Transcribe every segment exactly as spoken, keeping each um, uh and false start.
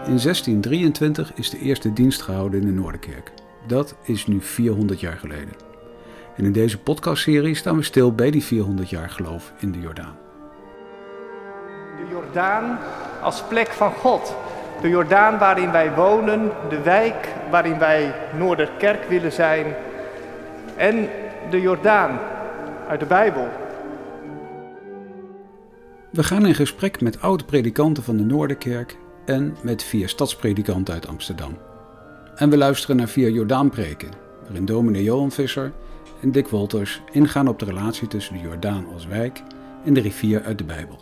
In zestien drieëntwintig is de eerste dienst gehouden in de Noorderkerk. Dat is nu vierhonderd jaar geleden. En in deze podcastserie staan we stil bij die vierhonderd jaar geloof in de Jordaan. De Jordaan als plek van God. De Jordaan waarin wij wonen, de wijk waarin wij Noorderkerk willen zijn. En de Jordaan uit de Bijbel. We gaan in gesprek met oude predikanten van de Noorderkerk en met vier stadspredikanten uit Amsterdam. En we luisteren naar vier Jordaanpreken, waarin dominee Johan Visser en Dick Wolters ingaan op de relatie tussen de Jordaan als wijk en de rivier uit de Bijbel.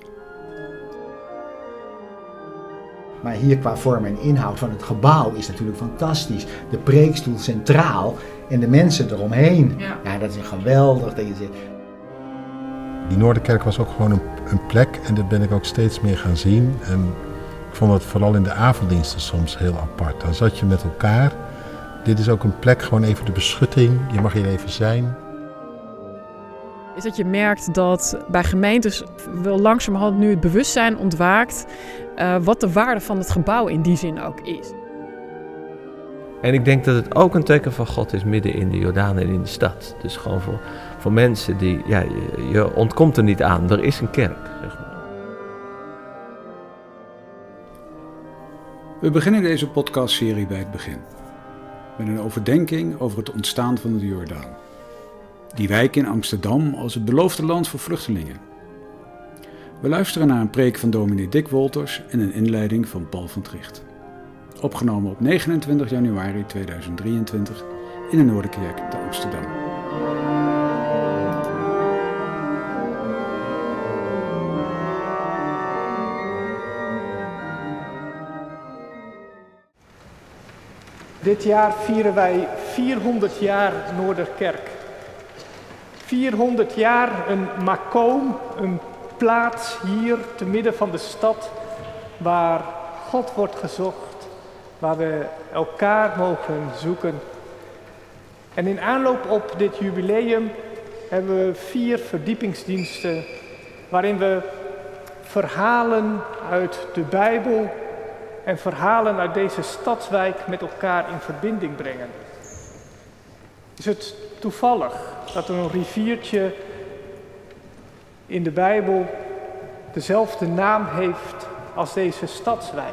Maar hier qua vorm en inhoud van het gebouw is natuurlijk fantastisch. De preekstoel centraal en de mensen eromheen. Ja, ja dat is geweldig. Dat je zegt. Die Noorderkerk was ook gewoon een, een plek en dat ben ik ook steeds meer gaan zien. En ik vond het vooral in de avonddiensten soms heel apart. Dan zat je met elkaar. Dit is ook een plek, gewoon even de beschutting. Je mag hier even zijn. Is dat je merkt dat bij gemeentes wel langzamerhand nu het bewustzijn ontwaakt uh, wat de waarde van het gebouw in die zin ook is. En ik denk dat het ook een teken van God is midden in de Jordaan en in de stad. Dus gewoon voor, voor mensen die, ja, je, je ontkomt er niet aan. Er is een kerk, zeg maar. We beginnen deze podcastserie bij het begin. Met een overdenking over het ontstaan van de Jordaan. Die wijk in Amsterdam als het beloofde land voor vluchtelingen. We luisteren naar een preek van dominee Dick Wolters en een inleiding van Paul van Tricht. Opgenomen op negenentwintig januari tweeduizend drieëntwintig in de Noorderkerk te Amsterdam. Dit jaar vieren wij vierhonderd jaar Noorderkerk. vierhonderd jaar een makoom, een plaats hier te midden van de stad waar God wordt gezocht, waar we elkaar mogen zoeken. En in aanloop op dit jubileum hebben we vier verdiepingsdiensten waarin we verhalen uit de Bijbel en verhalen uit deze stadswijk met elkaar in verbinding brengen. Is het toevallig dat een riviertje in de Bijbel dezelfde naam heeft als deze stadswijk?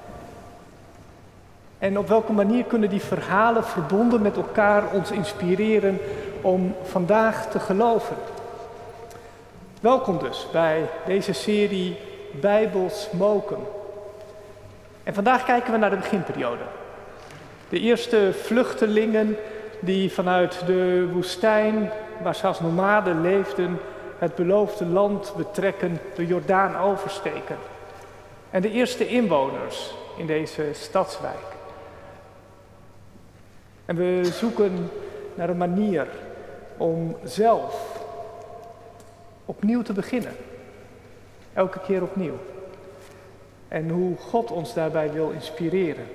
En op welke manier kunnen die verhalen verbonden met elkaar ons inspireren om vandaag te geloven? Welkom dus bij deze serie Bijbels Moken. En vandaag kijken we naar de beginperiode. De eerste vluchtelingen die vanuit de woestijn, waar ze als nomaden leefden, het beloofde land betrekken, de Jordaan oversteken. En de eerste inwoners in deze stadswijk. En we zoeken naar een manier om zelf opnieuw te beginnen. Elke keer opnieuw. En hoe God ons daarbij wil inspireren.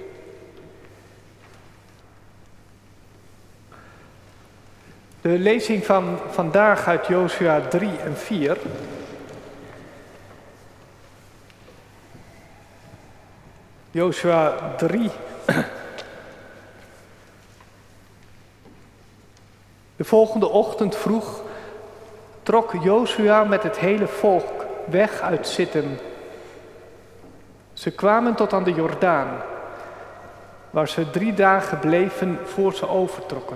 De lezing van vandaag uit Josua drie en vier. Josua drie. De volgende ochtend vroeg trok Josua met het hele volk weg uit Sittim. Ze kwamen tot aan de Jordaan, waar ze drie dagen bleven voor ze overtrokken.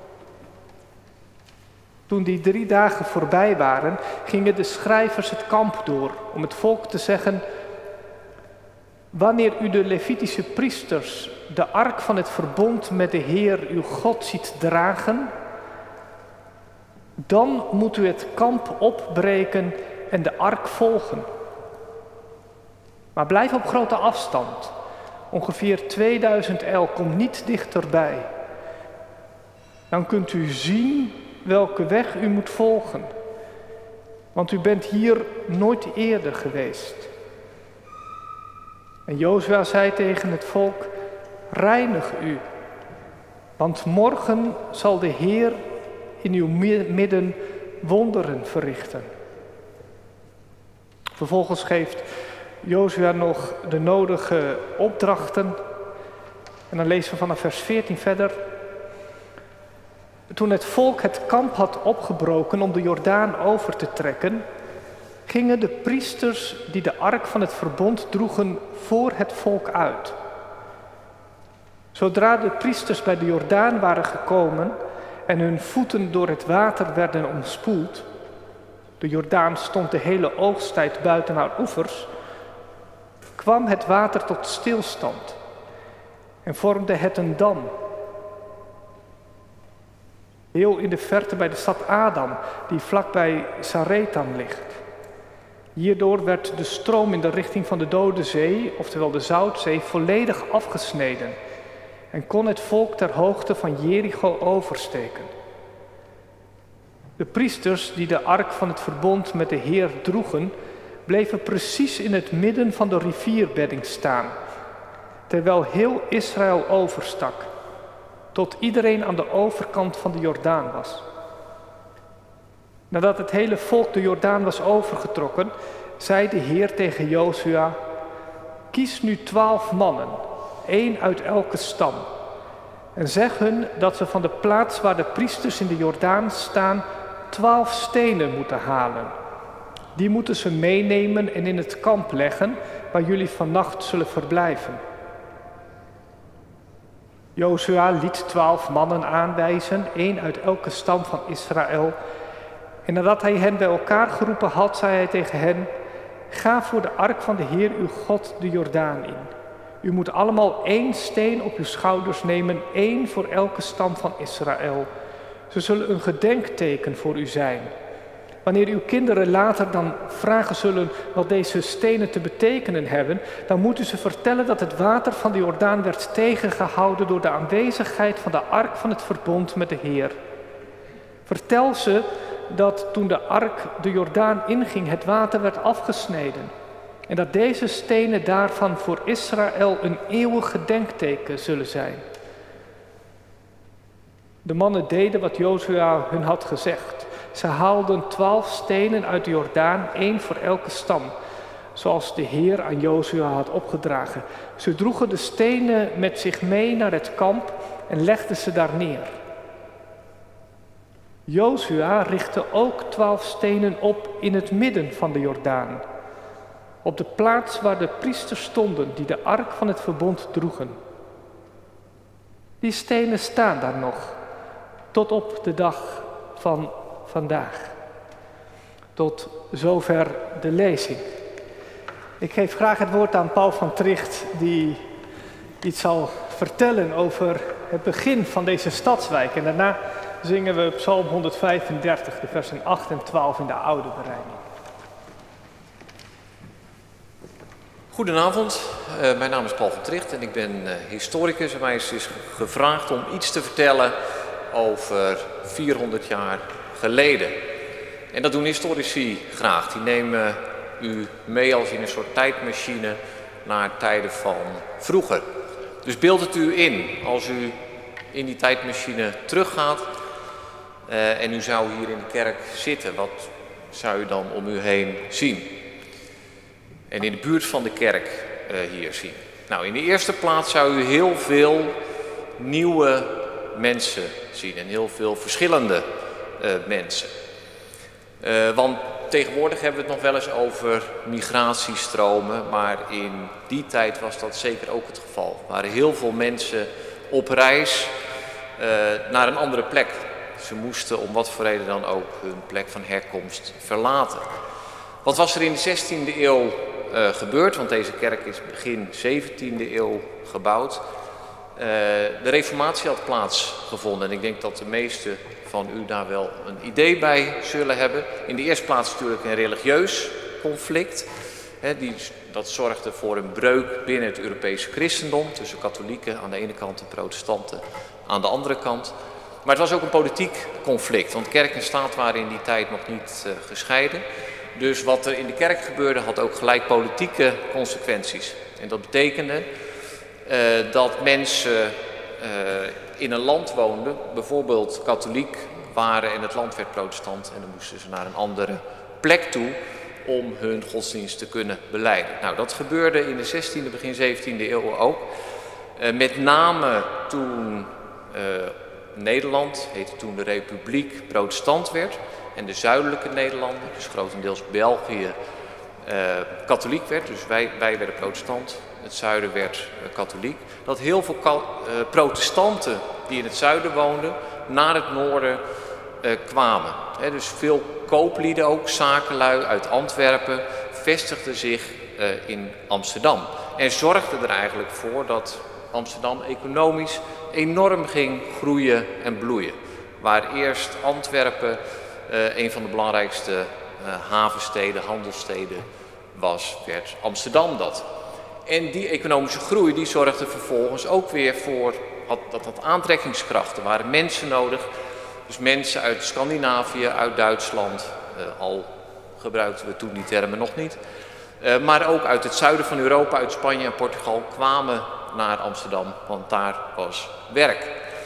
Toen die drie dagen voorbij waren, gingen de schrijvers het kamp door om het volk te zeggen: wanneer u de Levitische priesters de ark van het verbond met de Heer uw God ziet dragen, dan moet u het kamp opbreken en de ark volgen. Maar blijf op grote afstand, ongeveer tweeduizend el, kom niet dichterbij. Dan kunt u zien welke weg u moet volgen, want u bent hier nooit eerder geweest. En Josua zei tegen het volk: reinig u, want morgen zal de Heer in uw midden wonderen verrichten. Vervolgens geeft Jozua nog de nodige opdrachten. En dan lezen we vanaf vers veertien verder. Toen het volk het kamp had opgebroken om de Jordaan over te trekken, gingen de priesters die de ark van het verbond droegen voor het volk uit. Zodra de priesters bij de Jordaan waren gekomen en hun voeten door het water werden omspoeld, de Jordaan stond de hele oogsttijd buiten haar oevers, kwam het water tot stilstand en vormde het een dam. Heel in de verte bij de stad Adam, die vlakbij Zaretan ligt. Hierdoor werd de stroom in de richting van de Dode Zee, oftewel de Zoutzee, volledig afgesneden en kon het volk ter hoogte van Jericho oversteken. De priesters die de ark van het verbond met de Heer droegen, bleven precies in het midden van de rivierbedding staan, terwijl heel Israël overstak, tot iedereen aan de overkant van de Jordaan was. Nadat het hele volk de Jordaan was overgetrokken, zei de Heer tegen Jozua: kies nu twaalf mannen, één uit elke stam, en zeg hun dat ze van de plaats waar de priesters in de Jordaan staan twaalf stenen moeten halen. Die moeten ze meenemen en in het kamp leggen waar jullie vannacht zullen verblijven. Jozua liet twaalf mannen aanwijzen, één uit elke stam van Israël. En nadat hij hen bij elkaar geroepen had, zei hij tegen hen: ga voor de ark van de Heer uw God de Jordaan in. U moet allemaal één steen op uw schouders nemen, één voor elke stam van Israël. Ze zullen een gedenkteken voor u zijn. Wanneer uw kinderen later dan vragen zullen wat deze stenen te betekenen hebben, dan moet u ze vertellen dat het water van de Jordaan werd tegengehouden door de aanwezigheid van de ark van het verbond met de Heer. Vertel ze dat toen de ark de Jordaan inging, het water werd afgesneden en dat deze stenen daarvan voor Israël een eeuwig gedenkteken zullen zijn. De mannen deden wat Jozua hun had gezegd. Ze haalden twaalf stenen uit de Jordaan, één voor elke stam, zoals de Heer aan Jozua had opgedragen. Ze droegen de stenen met zich mee naar het kamp en legden ze daar neer. Jozua richtte ook twaalf stenen op in het midden van de Jordaan, op de plaats waar de priesters stonden die de ark van het verbond droegen. Die stenen staan daar nog, tot op de dag van vandaag. Tot zover de lezing. Ik geef graag het woord aan Paul van Tricht, die iets zal vertellen over het begin van deze stadswijk. En daarna zingen we Psalm honderdvijfendertig, de versen acht en twaalf in de oude bereiding. Goedenavond, uh, mijn naam is Paul van Tricht en ik ben uh, historicus. En mij is dus gevraagd om iets te vertellen over vierhonderd jaar geleden. En dat doen historici graag. Die nemen u mee als in een soort tijdmachine naar tijden van vroeger. Dus beeld het u in als u in die tijdmachine teruggaat uh, en u zou hier in de kerk zitten. Wat zou u dan om u heen zien? En in de buurt van de kerk uh, hier zien. Nou, in de eerste plaats zou u heel veel nieuwe mensen zien en heel veel verschillende uh, mensen. Uh, want tegenwoordig hebben we het nog wel eens over migratiestromen, maar in die tijd was dat zeker ook het geval. Er waren heel veel mensen op reis uh, naar een andere plek. Ze moesten om wat voor reden dan ook hun plek van herkomst verlaten. Wat was er in de zestiende eeuw uh, gebeurd? Want deze kerk is begin zeventiende eeuw gebouwd. Uh, de reformatie had plaatsgevonden en ik denk dat de meesten van u daar wel een idee bij zullen hebben. In de eerste plaats natuurlijk een religieus conflict. He, die, dat zorgde voor een breuk binnen het Europese christendom tussen katholieken aan de ene kant en protestanten aan de andere kant. Maar het was ook een politiek conflict, want kerk en staat waren in die tijd nog niet uh, gescheiden. Dus wat er in de kerk gebeurde had ook gelijk politieke consequenties. En dat betekende uh, dat mensen uh, in een land woonden, bijvoorbeeld katholiek waren en het land werd protestant en dan moesten ze naar een andere plek toe om hun godsdienst te kunnen belijden. Nou, dat gebeurde in de zestiende, begin zeventiende eeuw ook. Uh, met name toen uh, Nederland, heette toen de Republiek, protestant werd. En de zuidelijke Nederlanden, dus grotendeels België, uh, katholiek werd. Dus wij, wij werden protestant, het zuiden werd uh, katholiek. Dat heel veel uh, protestanten die in het zuiden woonden, naar het noorden uh, kwamen. He, dus veel kooplieden ook, zakenlui uit Antwerpen, vestigden zich uh, in Amsterdam. En zorgden er eigenlijk voor dat Amsterdam economisch enorm ging groeien en bloeien. Waar eerst Antwerpen uh, een van de belangrijkste uh, havensteden, handelssteden was, werd Amsterdam dat. En die economische groei die zorgde vervolgens ook weer voor had, dat had aantrekkingskracht. Er waren mensen nodig, dus mensen uit Scandinavië, uit Duitsland, uh, al gebruikten we toen die termen nog niet. Uh, maar ook uit het zuiden van Europa, uit Spanje en Portugal, kwamen naar Amsterdam, want daar was werk.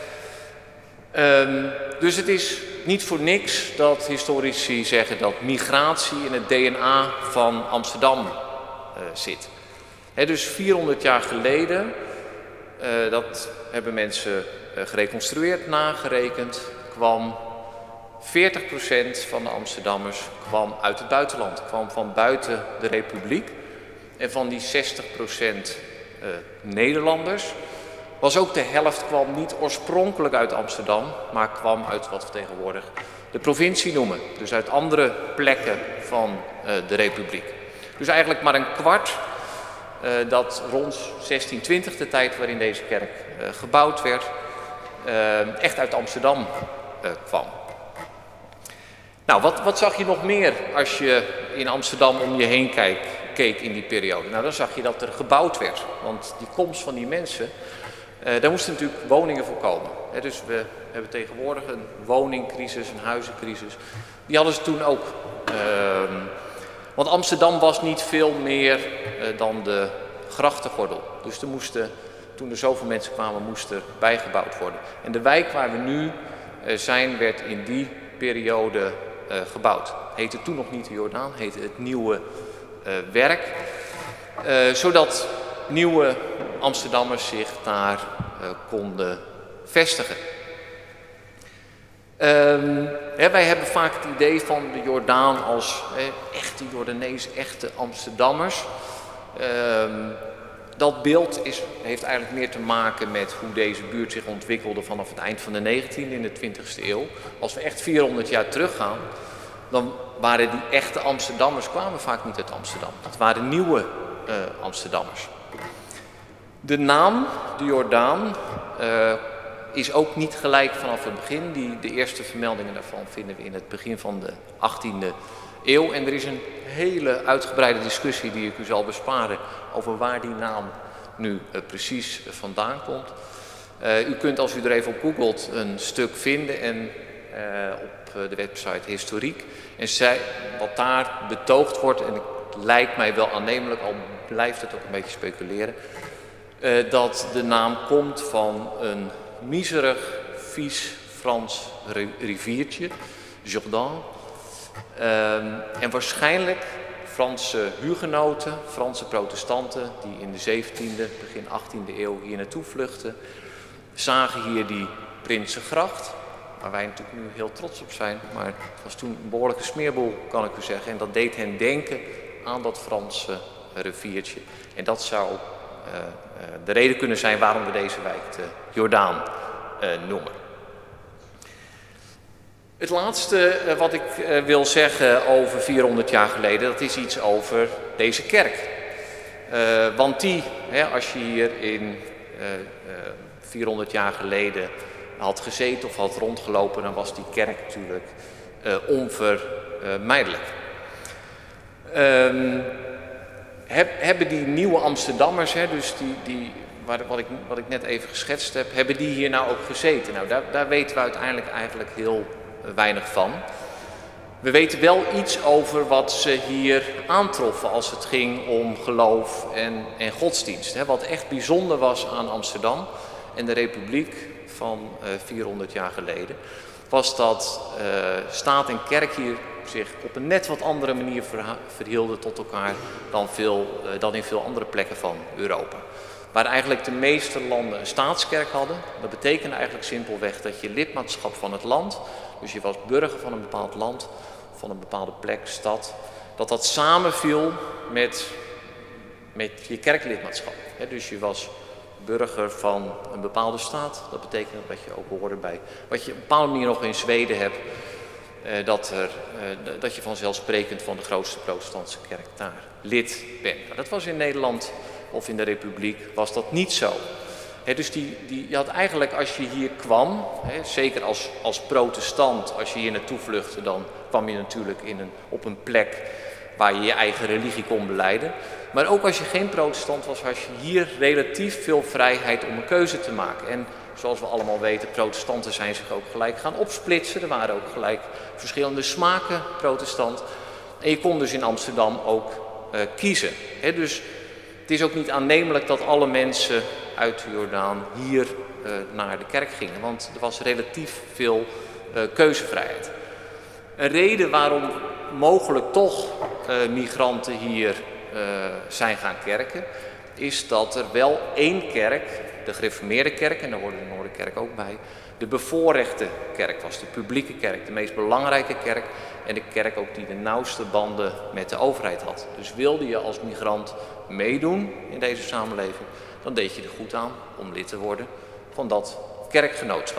Um, dus het is niet voor niks dat historici zeggen dat migratie in het D N A van Amsterdam uh, zit. He, dus vierhonderd jaar geleden, uh, dat hebben mensen uh, gereconstrueerd, nagerekend, kwam veertig procent van de Amsterdammers kwam uit het buitenland, kwam van buiten de Republiek. En van die zestig procent uh, Nederlanders was ook de helft kwam niet oorspronkelijk uit Amsterdam, maar kwam uit wat we tegenwoordig de provincie noemen. Dus uit andere plekken van uh, de Republiek. Dus eigenlijk maar een kwart uh, dat rond zestien twintig, de tijd waarin deze kerk uh, gebouwd werd, uh, echt uit Amsterdam uh, kwam. Nou, wat, wat zag je nog meer als je in Amsterdam om je heen kijk, keek in die periode? Nou, dan zag je dat er gebouwd werd. Want die komst van die mensen, uh, daar moesten natuurlijk woningen voor komen. He, dus we hebben tegenwoordig een woningcrisis, een huizencrisis. Die hadden ze toen ook. Uh, want Amsterdam was niet veel meer uh, dan de grachtengordel. Dus er moesten, toen er zoveel mensen kwamen, moest er bijgebouwd worden. En de wijk waar we nu uh, zijn, werd in die periode uh, gebouwd. Heette toen nog niet de Jordaan, heette het Nieuwe uh, Werk. Uh, zodat nieuwe Amsterdammers zich daar uh, konden vestigen. Um, hè, wij hebben vaak het idee van de Jordaan als hè, echte Jordanezen, echte Amsterdammers. Um, dat beeld is, heeft eigenlijk meer te maken met hoe deze buurt zich ontwikkelde vanaf het eind van de negentiende in de twintigste eeuw. Als we echt vierhonderd jaar teruggaan, dan waren die echte Amsterdammers kwamen vaak niet uit Amsterdam. Dat waren nieuwe uh, Amsterdammers. De naam, de Jordaan, uh, is ook niet gelijk vanaf het begin. Die, de eerste vermeldingen daarvan vinden we in het begin van de achttiende eeuw. En er is een hele uitgebreide discussie die ik u zal besparen over waar die naam nu uh, precies uh, vandaan komt. Uh, u kunt als u er even op googelt een stuk vinden en uh, op uh, de website Historiek. En zij, wat daar betoogd wordt, en het lijkt mij wel aannemelijk, al blijft het ook een beetje speculeren, uh, dat de naam komt van een miserig, vies Frans riviertje, Jourdain. Um, en waarschijnlijk Franse hugenoten, Franse protestanten, die in de zeventiende, begin achttiende eeuw hier naartoe vluchtten, zagen hier die Prinsengracht, waar wij natuurlijk nu heel trots op zijn, maar het was toen een behoorlijke smeerboel, kan ik u zeggen. En dat deed hen denken aan dat Franse riviertje. En dat zou uh, uh, de reden kunnen zijn waarom we deze wijk de Jordaan uh, noemen. Het laatste uh, wat ik uh, wil zeggen over vierhonderd jaar geleden, dat is iets over deze kerk. Uh, want die, hè, als je hier in uh, uh, vierhonderd jaar geleden had gezeten of had rondgelopen, dan was die kerk natuurlijk uh, onvermijdelijk. Um, heb, hebben die nieuwe Amsterdammers, hè, dus die, die, waar, wat, ik, wat ik net even geschetst heb, hebben die hier nou ook gezeten? Nou, daar, daar weten we uiteindelijk eigenlijk heel weinig van. We weten wel iets over wat ze hier aantroffen als het ging om geloof en, en godsdienst. Hè. Wat echt bijzonder was aan Amsterdam en de Republiek van uh, vierhonderd jaar geleden, was dat uh, staat en kerk hier zich op een net wat andere manier verhielden tot elkaar dan, veel, uh, dan in veel andere plekken van Europa. Waar eigenlijk de meeste landen een staatskerk hadden. Dat betekende eigenlijk simpelweg dat je lidmaatschap van het land, dus je was burger van een bepaald land, van een bepaalde plek, stad, dat dat samenviel met, met je kerklidmaatschap. He, dus je was burger van een bepaalde staat. Dat betekent dat je ook hoorde bij wat je op een bepaalde manier nog in Zweden hebt. Eh, dat, er, eh, dat je vanzelfsprekend van de grootste protestantse kerk daar lid bent. Maar dat was in Nederland of in de Republiek was dat niet zo. He, dus die, die, je had eigenlijk als je hier kwam, he, zeker als, als protestant, als je hier naartoe vluchtte, dan kwam je natuurlijk in een, op een plek waar je je eigen religie kon belijden. Maar ook als je geen protestant was, had je hier relatief veel vrijheid om een keuze te maken. En zoals we allemaal weten, protestanten zijn zich ook gelijk gaan opsplitsen. Er waren ook gelijk verschillende smaken protestant. En je kon dus in Amsterdam ook uh, kiezen. He, dus het is ook niet aannemelijk dat alle mensen uit de Jordaan hier uh, naar de kerk gingen. Want er was relatief veel uh, keuzevrijheid. Een reden waarom mogelijk toch uh, migranten hier uh, zijn gaan kerken, is dat er wel één kerk, de gereformeerde kerk, en daar hoorde de Noorderkerk ook bij, de bevoorrechte kerk was, de publieke kerk, de meest belangrijke kerk en de kerk ook die de nauwste banden met de overheid had. Dus wilde je als migrant meedoen in deze samenleving, dan deed je er goed aan om lid te worden van dat kerkgenootschap.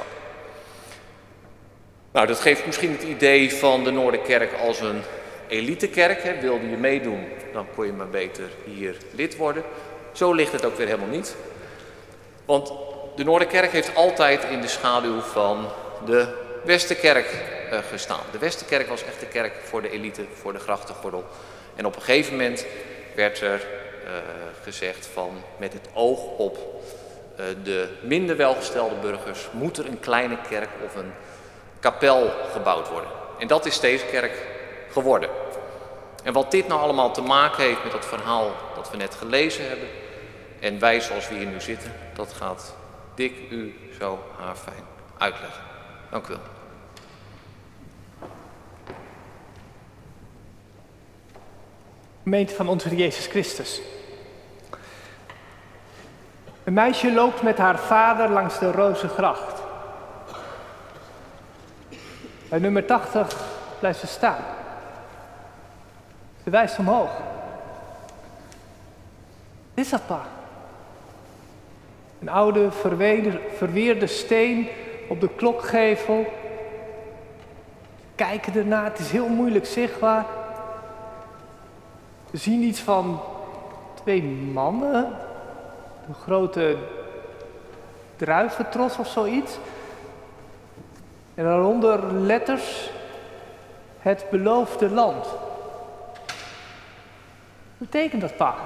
Nou, dat geeft misschien het idee van de Noorderkerk als een elitekerk. Hè. Wilde je meedoen, dan kon je maar beter hier lid worden. Zo ligt het ook weer helemaal niet. Want de Noorderkerk heeft altijd in de schaduw van de Westerkerk uh, gestaan. De Westerkerk was echt de kerk voor de elite, voor de grachtengordel. En op een gegeven moment werd er uh, gezegd van met het oog op uh, de minder welgestelde burgers moet er een kleine kerk of een kapel gebouwd worden. En dat is deze kerk geworden. En wat dit nou allemaal te maken heeft met dat verhaal dat we net gelezen hebben, en wij zoals we hier nu zitten, dat gaat Dick u zo haarfijn uitleggen. Dank u wel. Gemeente van onze Jezus Christus. Een meisje loopt met haar vader langs de Rozengracht. Bij nummer tachtig blijft ze staan. Ze wijst omhoog. Wat is dat, pa? Een oude verweerde, verweerde steen op de klokgevel. Kijken ernaar, het is heel moeilijk zichtbaar. We zien iets van twee mannen. Een grote druiventros of zoiets. En daaronder letters, het beloofde land. Wat betekent dat, pa?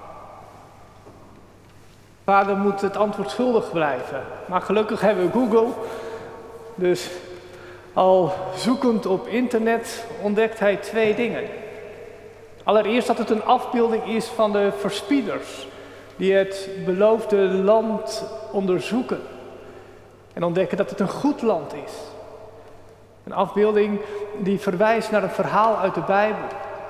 Vader moet het antwoord schuldig blijven. Maar gelukkig hebben we Google. Dus al zoekend op internet ontdekt hij twee dingen. Allereerst dat het een afbeelding is van de verspieders. Die het beloofde land onderzoeken. En ontdekken dat het een goed land is. Een afbeelding die verwijst naar een verhaal uit de Bijbel.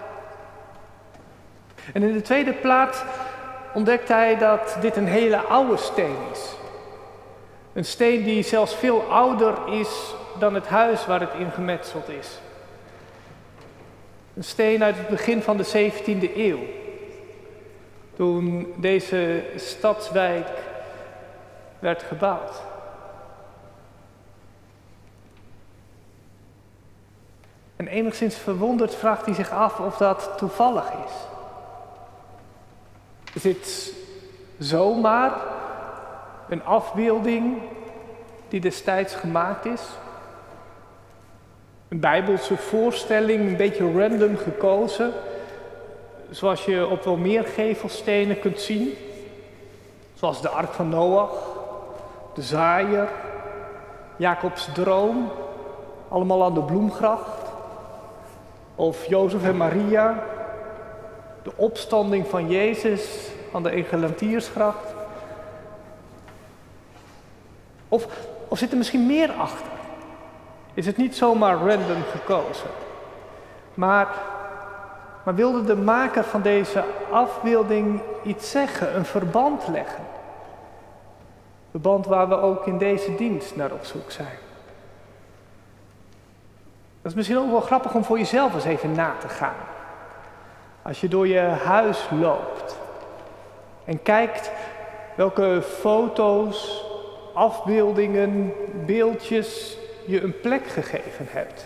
En in de tweede plaats ontdekt hij dat dit een hele oude steen is. Een steen die zelfs veel ouder is dan het huis waar het in gemetseld is. Een steen uit het begin van de zeventiende eeuw. Toen deze stadswijk werd gebouwd. En enigszins verwonderd vraagt hij zich af of dat toevallig is. Is dit zomaar een afbeelding die destijds gemaakt is? Een bijbelse voorstelling, een beetje random gekozen, zoals je op wel meer gevelstenen kunt zien. Zoals de Ark van Noach, de Zaaier, Jacobs droom, allemaal aan de Bloemgracht. Of Jozef en Maria, de opstanding van Jezus aan de Egelantiersgracht. Of, of zit er misschien meer achter? Is het niet zomaar random gekozen? Maar, maar wilde de maker van deze afbeelding iets zeggen, een verband leggen? Een verband waar we ook in deze dienst naar op zoek zijn. Dat is misschien ook wel grappig om voor jezelf eens even na te gaan. Als je door je huis loopt en kijkt welke foto's, afbeeldingen, beeldjes je een plek gegeven hebt.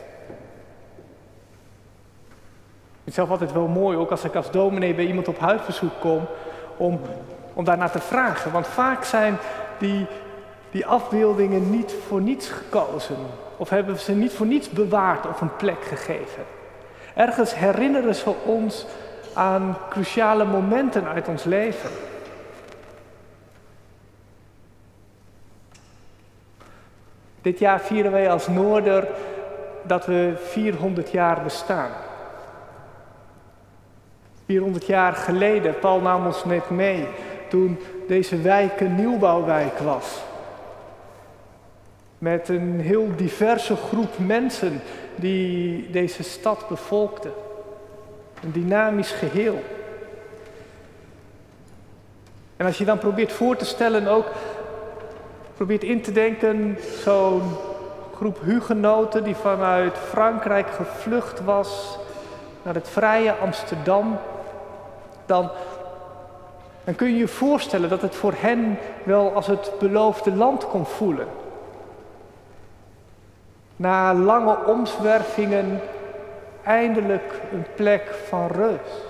Ik vind het zelf altijd wel mooi, ook als ik als dominee bij iemand op huisbezoek kom, om, om daarnaar te vragen. Want vaak zijn die, die afbeeldingen niet voor niets gekozen. Of hebben we ze niet voor niets bewaard of een plek gegeven. Ergens herinneren ze ons aan cruciale momenten uit ons leven. Dit jaar vieren wij als Noorder dat we vierhonderd jaar bestaan. vierhonderd jaar geleden, Paul nam ons net mee, toen deze wijk een nieuwbouwwijk was. Met een heel diverse groep mensen die deze stad bevolkten. Een dynamisch geheel. En als je dan probeert voor te stellen, ook probeert in te denken, zo'n groep hugenoten die vanuit Frankrijk gevlucht was naar het vrije Amsterdam, dan, dan kun je je voorstellen dat het voor hen wel als het beloofde land kon voelen. Na lange omzwervingen eindelijk een plek van rust.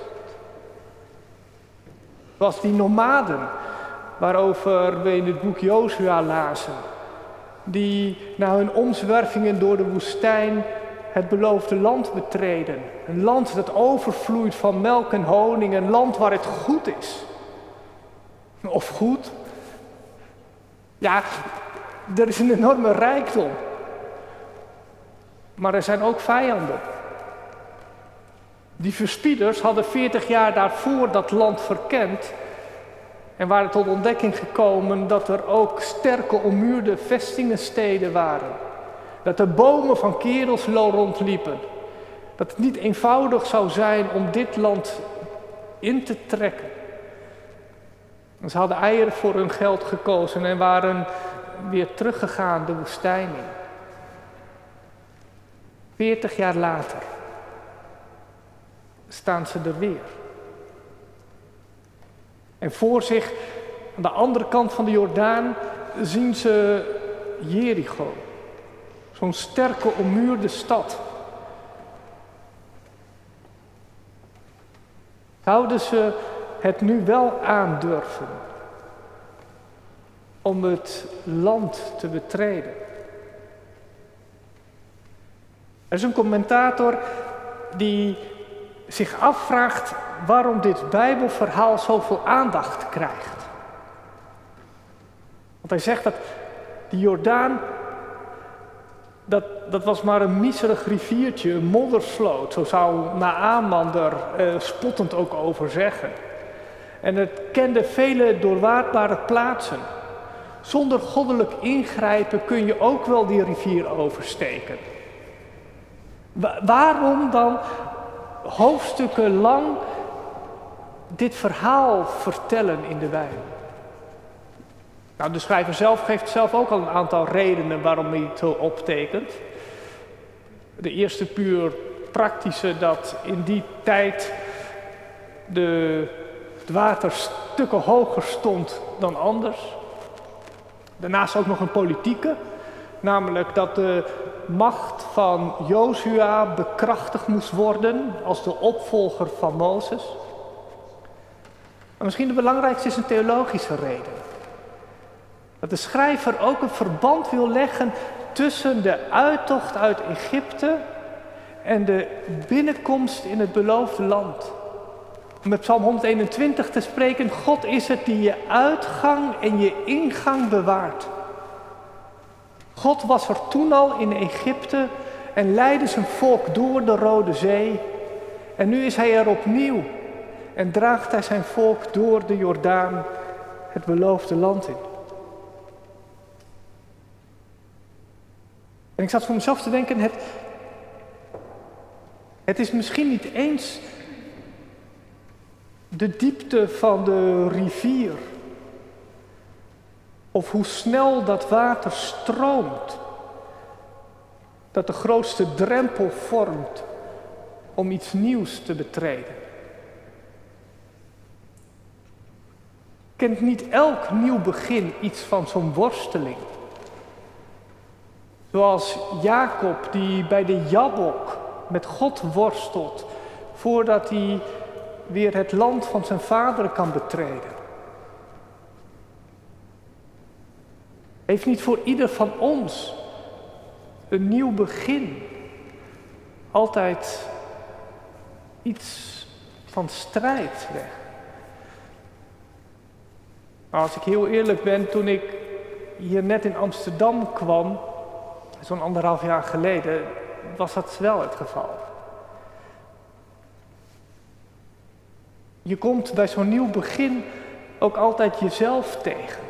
Zoals die nomaden waarover we in het boek Jozua lazen, die na hun omzwervingen door de woestijn het beloofde land betreden. Een land dat overvloeit van melk en honing, een land waar het goed is. Of goed? Ja, er is een enorme rijkdom. Maar er zijn ook vijanden. Die verspieders hadden veertig jaar daarvoor dat land verkend en waren tot ontdekking gekomen dat er ook sterke ommuurde vestingensteden waren. Dat er bomen van kerelslo rondliepen. Dat het niet eenvoudig zou zijn om dit land in te trekken. En ze hadden eieren voor hun geld gekozen en waren weer teruggegaan de woestijn in. Veertig jaar later staan ze er weer. En voor zich, aan de andere kant van de Jordaan, zien ze Jericho. Zo'n sterke, ommuurde stad. Zouden ze het nu wel aandurven om het land te betreden? Er is een commentator die zich afvraagt waarom dit Bijbelverhaal zoveel aandacht krijgt. Want hij zegt dat die Jordaan, dat, dat was maar een miserig riviertje, een moddersloot. Zo zou Naaman er uh, spottend ook over zeggen. En het kende vele doorwaadbare plaatsen. Zonder goddelijk ingrijpen kun je ook wel die rivier oversteken. Wa- waarom dan hoofdstukken lang dit verhaal vertellen in de Bijbel? Nou, de schrijver zelf geeft zelf ook al een aantal redenen waarom hij het optekent. De eerste puur praktische, dat in die tijd de, het water stukken hoger stond dan anders. Daarnaast ook nog een politieke, namelijk dat de macht van Jozua bekrachtigd moest worden als de opvolger van Mozes. Maar misschien de belangrijkste is een theologische reden. Dat de schrijver ook een verband wil leggen tussen de uittocht uit Egypte en de binnenkomst in het beloofde land. Om met Psalm honderdeenentwintig te spreken, God is het die je uitgang en je ingang bewaart. God was er toen al in Egypte en leidde zijn volk door de Rode Zee. En nu is hij er opnieuw en draagt hij zijn volk door de Jordaan het beloofde land in. En ik zat voor mezelf te denken, het, Het is misschien niet eens de diepte van de rivier of hoe snel dat water stroomt, dat de grootste drempel vormt om iets nieuws te betreden. Kent niet elk nieuw begin iets van zo'n worsteling? Zoals Jacob die bij de Jabok met God worstelt voordat hij weer het land van zijn vader kan betreden. Heeft niet voor ieder van ons een nieuw begin altijd iets van strijd weg? Maar als ik heel eerlijk ben, toen ik hier net in Amsterdam kwam, zo'n anderhalf jaar geleden, was dat wel het geval. Je komt bij zo'n nieuw begin ook altijd jezelf tegen.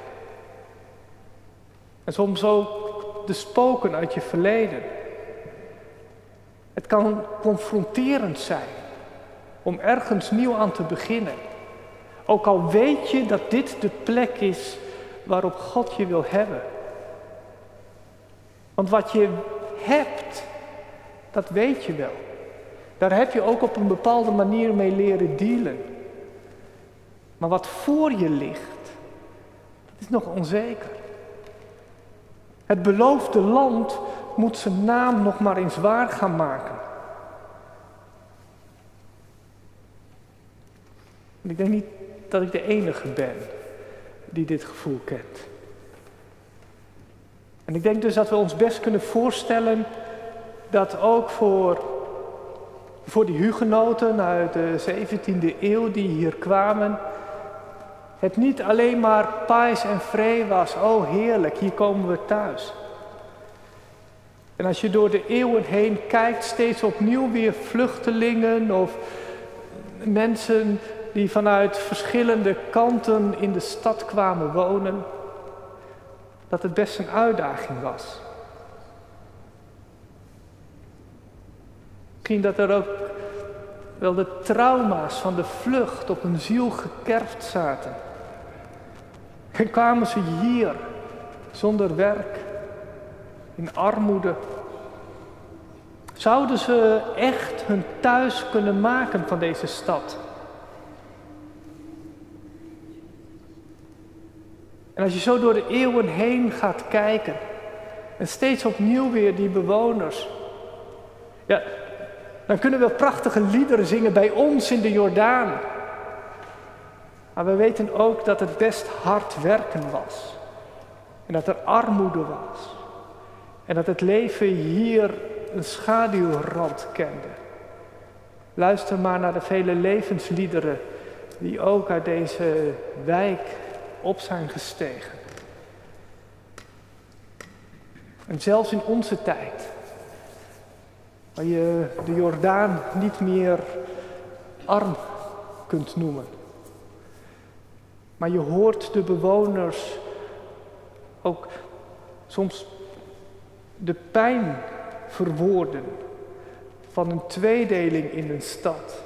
En soms ook de spoken uit je verleden. Het kan confronterend zijn om ergens nieuw aan te beginnen. Ook al weet je dat dit de plek is waarop God je wil hebben. Want wat je hebt, dat weet je wel. Daar heb je ook op een bepaalde manier mee leren dealen. Maar wat voor je ligt, dat is nog onzeker. Het beloofde land moet zijn naam nog maar eens waar gaan maken. En ik denk niet dat ik de enige ben die dit gevoel kent. En ik denk dus dat we ons best kunnen voorstellen dat ook voor, voor die hugenoten uit de zeventiende eeuw die hier kwamen, het niet alleen maar pais en vree was. Oh heerlijk, hier komen we thuis. En als je door de eeuwen heen kijkt, steeds opnieuw weer vluchtelingen of mensen die vanuit verschillende kanten in de stad kwamen wonen, dat het best een uitdaging was. Misschien dat er ook wel de trauma's van de vlucht op hun ziel gekerfd zaten. En kwamen ze hier zonder werk, in armoede. Zouden ze echt hun thuis kunnen maken van deze stad? En als je zo door de eeuwen heen gaat kijken en steeds opnieuw weer die bewoners, ja, dan kunnen we prachtige liederen zingen bij ons in de Jordaan. Maar we weten ook dat het best hard werken was. En dat er armoede was. En dat het leven hier een schaduwrand kende. Luister maar naar de vele levensliederen die ook uit deze wijk op zijn gestegen. En zelfs in onze tijd, waar je de Jordaan niet meer arm kunt noemen. Maar je hoort de bewoners ook soms de pijn verwoorden van een tweedeling in een stad.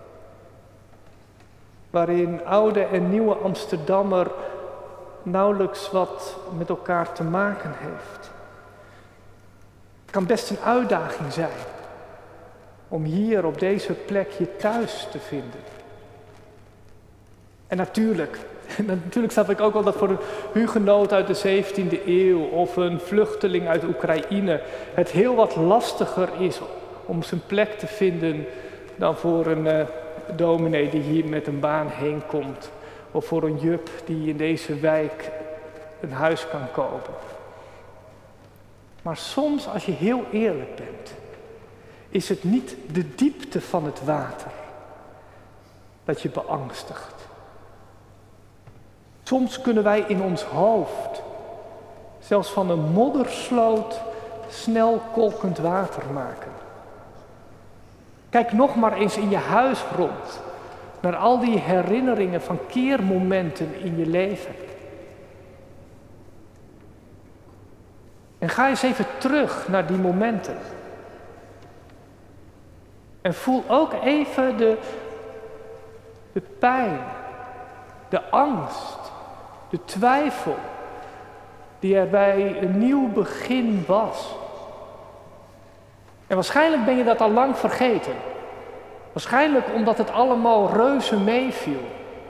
Waarin oude en nieuwe Amsterdammer nauwelijks wat met elkaar te maken heeft. Het kan best een uitdaging zijn om hier op deze plek je thuis te vinden. En natuurlijk, natuurlijk snap ik ook wel dat voor een hugenoot uit de zeventiende eeuw of een vluchteling uit Oekraïne het heel wat lastiger is om zijn plek te vinden dan voor een uh, dominee die hier met een baan heen komt. Of voor een jup die in deze wijk een huis kan kopen. Maar soms, als je heel eerlijk bent, is het niet de diepte van het water dat je beangstigt. Soms kunnen wij in ons hoofd zelfs van een moddersloot snel kolkend water maken. Kijk nog maar eens in je huis rond, naar al die herinneringen van keermomenten in je leven. En ga eens even terug naar die momenten. En voel ook even de, de pijn, de angst, de twijfel die er bij een nieuw begin was. En waarschijnlijk ben je dat al lang vergeten. Waarschijnlijk omdat het allemaal reuze meeviel.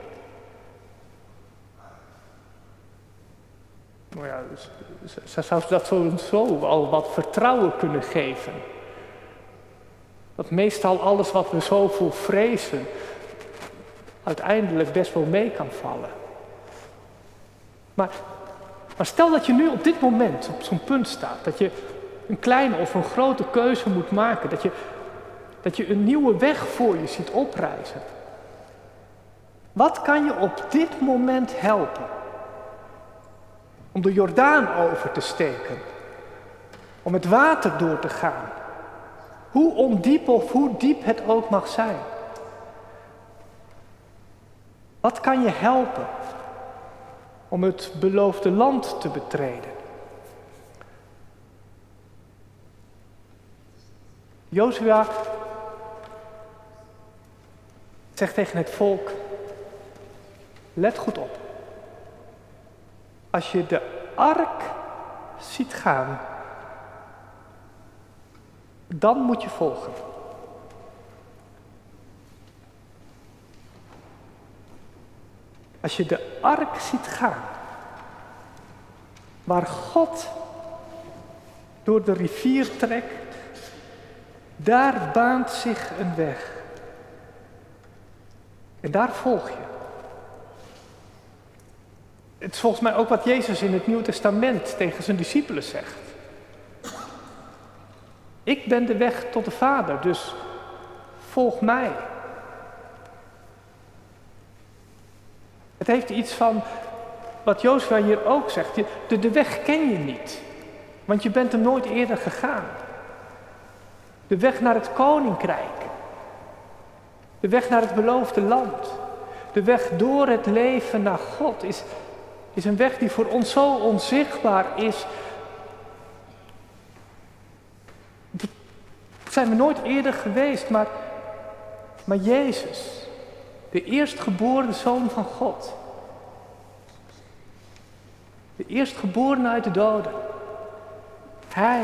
Nou ja, zou dat zo, zo al wat vertrouwen kunnen geven. Dat meestal alles wat we zoveel vrezen, uiteindelijk best wel mee kan vallen. Maar, maar stel dat je nu op dit moment op zo'n punt staat, dat je een kleine of een grote keuze moet maken, dat je, dat je een nieuwe weg voor je ziet oprijzen. Wat kan je op dit moment helpen? Om de Jordaan over te steken, om het water door te gaan, hoe ondiep of hoe diep het ook mag zijn. Wat kan je helpen om het beloofde land te betreden? Jozua zegt tegen het volk, let goed op. Als je de ark ziet gaan, dan moet je volgen. Als je de ark ziet gaan, waar God door de rivier trekt, daar baant zich een weg. En daar volg je. Het is volgens mij ook wat Jezus in het Nieuwe Testament tegen zijn discipelen zegt. Ik ben de weg tot de Vader, dus volg mij. Het heeft iets van wat Jozua hier ook zegt. De, de weg ken je niet, want je bent er nooit eerder gegaan. De weg naar het koninkrijk. De weg naar het beloofde land. De weg door het leven naar God is, is een weg die voor ons zo onzichtbaar is. Die zijn we nooit eerder geweest, maar, maar Jezus, de eerstgeboren Zoon van God. De eerstgeborene uit de doden. Hij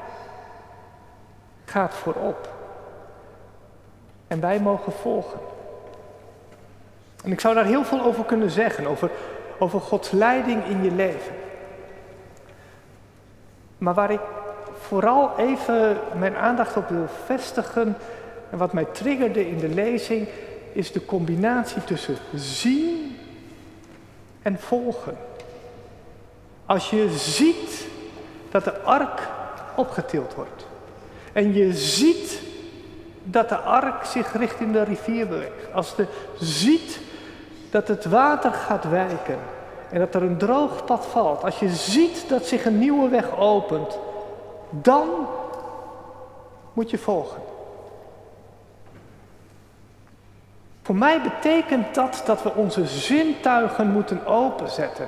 gaat voorop. En wij mogen volgen. En ik zou daar heel veel over kunnen zeggen, over, over Gods leiding in je leven. Maar waar ik vooral even mijn aandacht op wil vestigen, en wat mij triggerde in de lezing, is de combinatie tussen zien en volgen. Als je ziet dat de ark opgetild wordt, en je ziet dat de ark zich richting de rivier beweegt. Als je ziet dat het water gaat wijken en dat er een droog pad valt. Als je ziet dat zich een nieuwe weg opent, dan moet je volgen. Voor mij betekent dat dat we onze zintuigen moeten openzetten.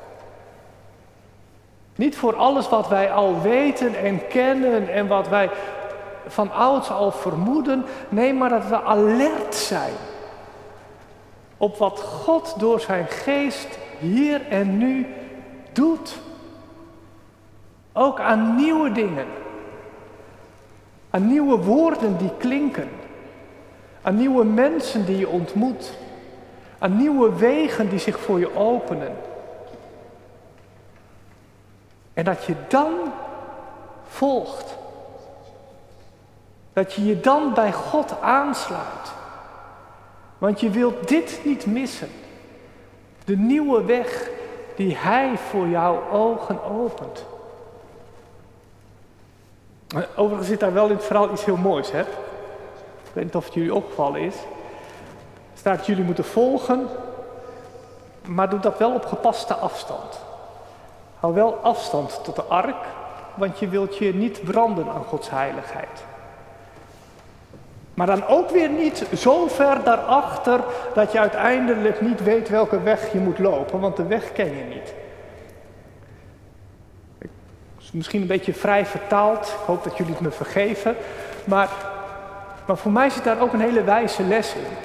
Niet voor alles wat wij al weten en kennen en wat wij van ouds al vermoeden. Nee, maar dat we alert zijn op wat God door zijn geest hier en nu doet. Ook aan nieuwe dingen. Aan nieuwe woorden die klinken. Aan nieuwe mensen die je ontmoet. Aan nieuwe wegen die zich voor je openen. En dat je dan volgt. Dat je je dan bij God aansluit. Want je wilt dit niet missen. De nieuwe weg die Hij voor jouw ogen opent. Overigens zit daar wel in het verhaal iets heel moois, hè? Ik weet niet of het jullie opgevallen is. Er staat dat jullie moeten volgen, maar doe dat wel op gepaste afstand. Hou wel afstand tot de ark, want je wilt je niet branden aan Gods heiligheid. Maar dan ook weer niet zo ver daarachter dat je uiteindelijk niet weet welke weg je moet lopen, want de weg ken je niet. Misschien een beetje vrij vertaald, ik hoop dat jullie het me vergeven, maar Maar voor mij zit daar ook een hele wijze les in.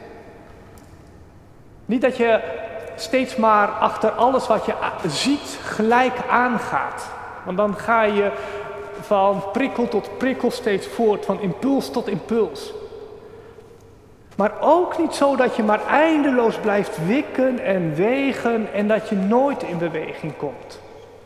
Niet dat je steeds maar achter alles wat je ziet gelijk aangaat. Want dan ga je van prikkel tot prikkel steeds voort, van impuls tot impuls. Maar ook niet zo dat je maar eindeloos blijft wikken en wegen en dat je nooit in beweging komt.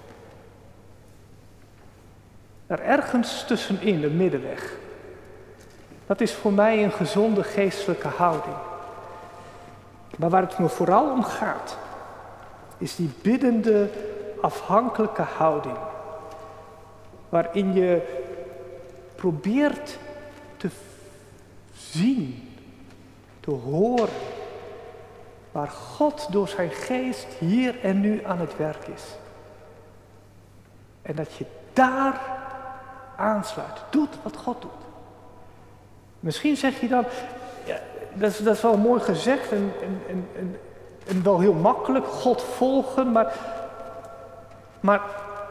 Daar ergens tussenin, de middenweg. Dat is voor mij een gezonde geestelijke houding. Maar waar het me vooral om gaat, is die biddende, afhankelijke houding. Waarin je probeert te zien, te horen, waar God door zijn geest hier en nu aan het werk is. En dat je daar aansluit, doet wat God doet. Misschien zeg je dan, ja, dat, is, dat is wel mooi gezegd en, en, en, en, en wel heel makkelijk, God volgen, maar, maar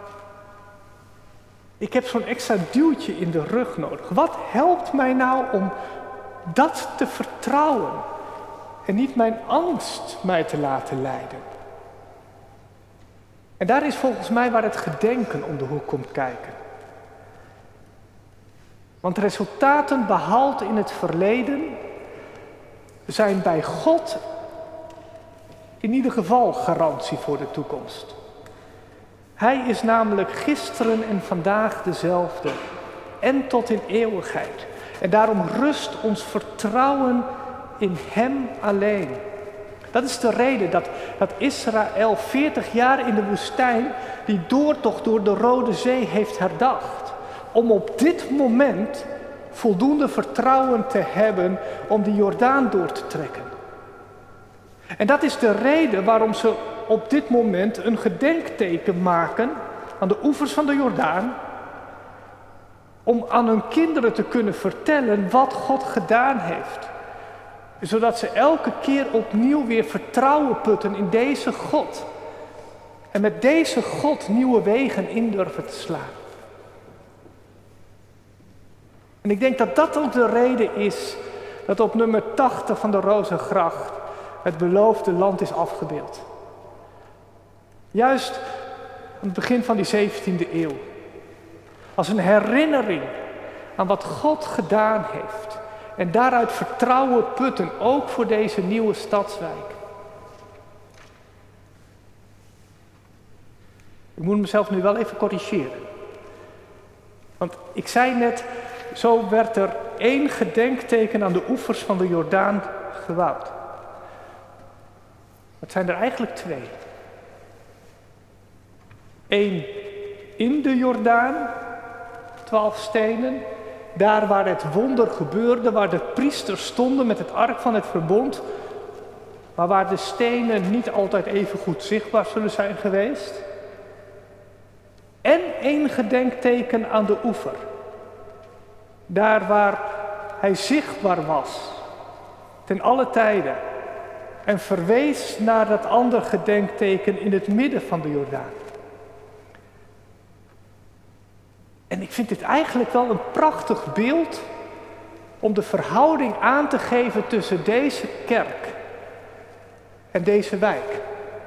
ik heb zo'n extra duwtje in de rug nodig. Wat helpt mij nou om dat te vertrouwen en niet mijn angst mij te laten leiden? En daar is volgens mij waar het gedenken om de hoek komt kijken. Want resultaten behaald in het verleden zijn bij God in ieder geval garantie voor de toekomst. Hij is namelijk gisteren en vandaag dezelfde en tot in eeuwigheid. En daarom rust ons vertrouwen in Hem alleen. Dat is de reden dat, dat Israël veertig jaar in de woestijn die doortocht door de Rode Zee heeft herdacht. Om op dit moment voldoende vertrouwen te hebben om die Jordaan door te trekken. En dat is de reden waarom ze op dit moment een gedenkteken maken aan de oevers van de Jordaan. Om aan hun kinderen te kunnen vertellen wat God gedaan heeft. Zodat ze elke keer opnieuw weer vertrouwen putten in deze God. En met deze God nieuwe wegen in durven te slaan. En ik denk dat dat ook de reden is dat op nummer tachtig van de Rozengracht het beloofde land is afgebeeld. Juist aan het begin van die zeventiende eeuw. Als een herinnering aan wat God gedaan heeft. En daaruit vertrouwen putten, ook voor deze nieuwe stadswijk. Ik moet mezelf nu wel even corrigeren. Want ik zei net, zo werd er één gedenkteken aan de oevers van de Jordaan gebouwd. Het zijn er eigenlijk twee. Eén in de Jordaan, twaalf stenen. Daar waar het wonder gebeurde, waar de priesters stonden met het ark van het verbond. Maar waar de stenen niet altijd even goed zichtbaar zullen zijn geweest. En één gedenkteken aan de oever. Daar waar hij zichtbaar was, ten alle tijden. En verwees naar dat andere gedenkteken in het midden van de Jordaan. En ik vind dit eigenlijk wel een prachtig beeld om de verhouding aan te geven tussen deze kerk en deze wijk.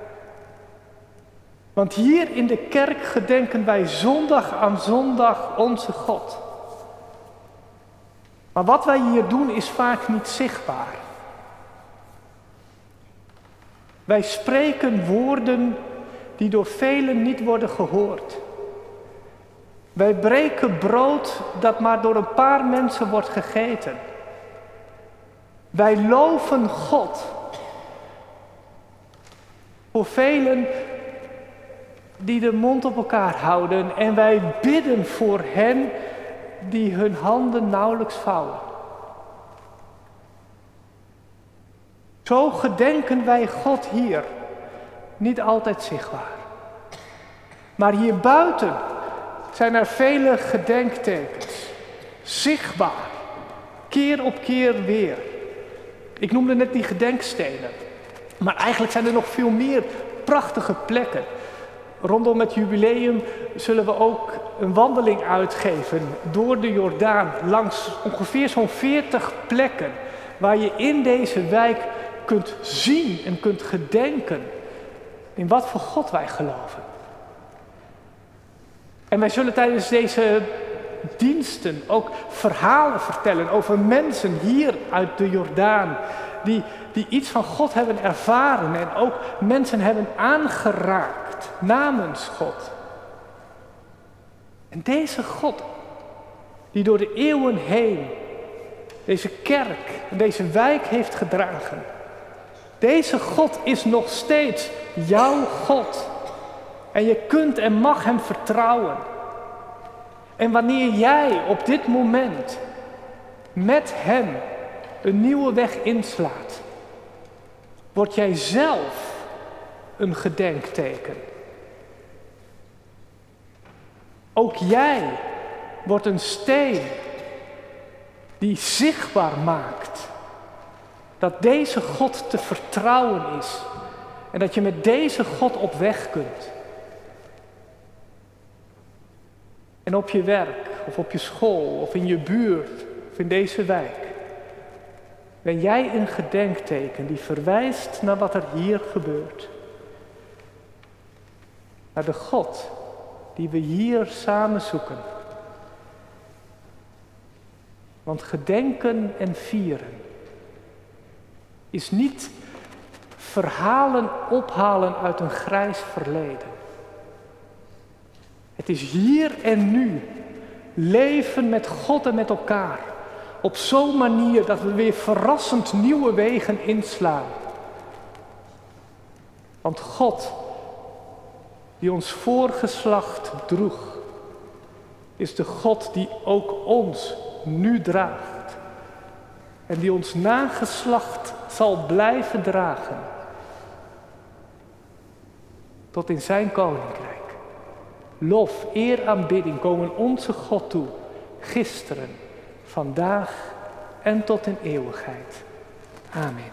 Want hier in de kerk gedenken wij zondag aan zondag onze God. Maar wat wij hier doen is vaak niet zichtbaar. Wij spreken woorden die door velen niet worden gehoord. Wij breken brood dat maar door een paar mensen wordt gegeten. Wij loven God. Voor velen die de mond op elkaar houden en wij bidden voor hen die hun handen nauwelijks vouwen. Zo gedenken wij God hier, niet altijd zichtbaar. Maar hier buiten zijn er vele gedenktekens, zichtbaar, keer op keer weer. Ik noemde net die gedenkstenen, maar eigenlijk zijn er nog veel meer prachtige plekken. rondom het jubileum zullen we ook een wandeling uitgeven door de Jordaan langs ongeveer zo'n veertig plekken waar je in deze wijk kunt zien en kunt gedenken in wat voor God wij geloven. En wij zullen tijdens deze diensten ook verhalen vertellen over mensen hier uit de Jordaan die, die iets van God hebben ervaren en ook mensen hebben aangeraakt namens God. En deze God, die door de eeuwen heen deze kerk en deze wijk heeft gedragen, deze God is nog steeds jouw God. En je kunt en mag hem vertrouwen. En wanneer jij op dit moment met hem een nieuwe weg inslaat, word jij zelf een gedenkteken. Ook jij wordt een steen die zichtbaar maakt dat deze God te vertrouwen is en dat je met deze God op weg kunt. En op je werk, of op je school, of in je buurt, of in deze wijk, ben jij een gedenkteken die verwijst naar wat er hier gebeurt. Naar de God die we hier samen zoeken. Want gedenken en vieren is niet verhalen ophalen uit een grijs verleden. Het is hier en nu leven met God en met elkaar. Op zo'n manier dat we weer verrassend nieuwe wegen inslaan. Want God, die ons voorgeslacht droeg, is de God die ook ons nu draagt. En die ons nageslacht zal blijven dragen. Tot in zijn koninkrijk. Lof, eer, aanbidding komen onze God toe. Gisteren, vandaag en tot in eeuwigheid. Amen.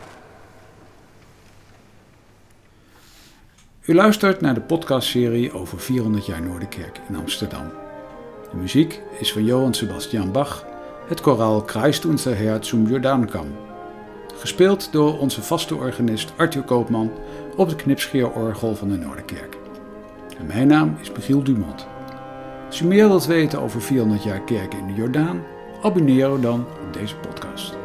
U luistert naar de podcastserie over vierhonderd jaar Noorderkerk in Amsterdam. De muziek is van Johann Sebastian Bach, het koraal Kreist unser Herz zum Jordaankamm. Gespeeld door onze vaste organist Arthur Koopman op het knipscheerorgel van de Noorderkerk. En mijn naam is Michiel Dumont. Als u meer wilt weten over vierhonderd jaar kerken in de Jordaan, abonneer u dan op deze podcast.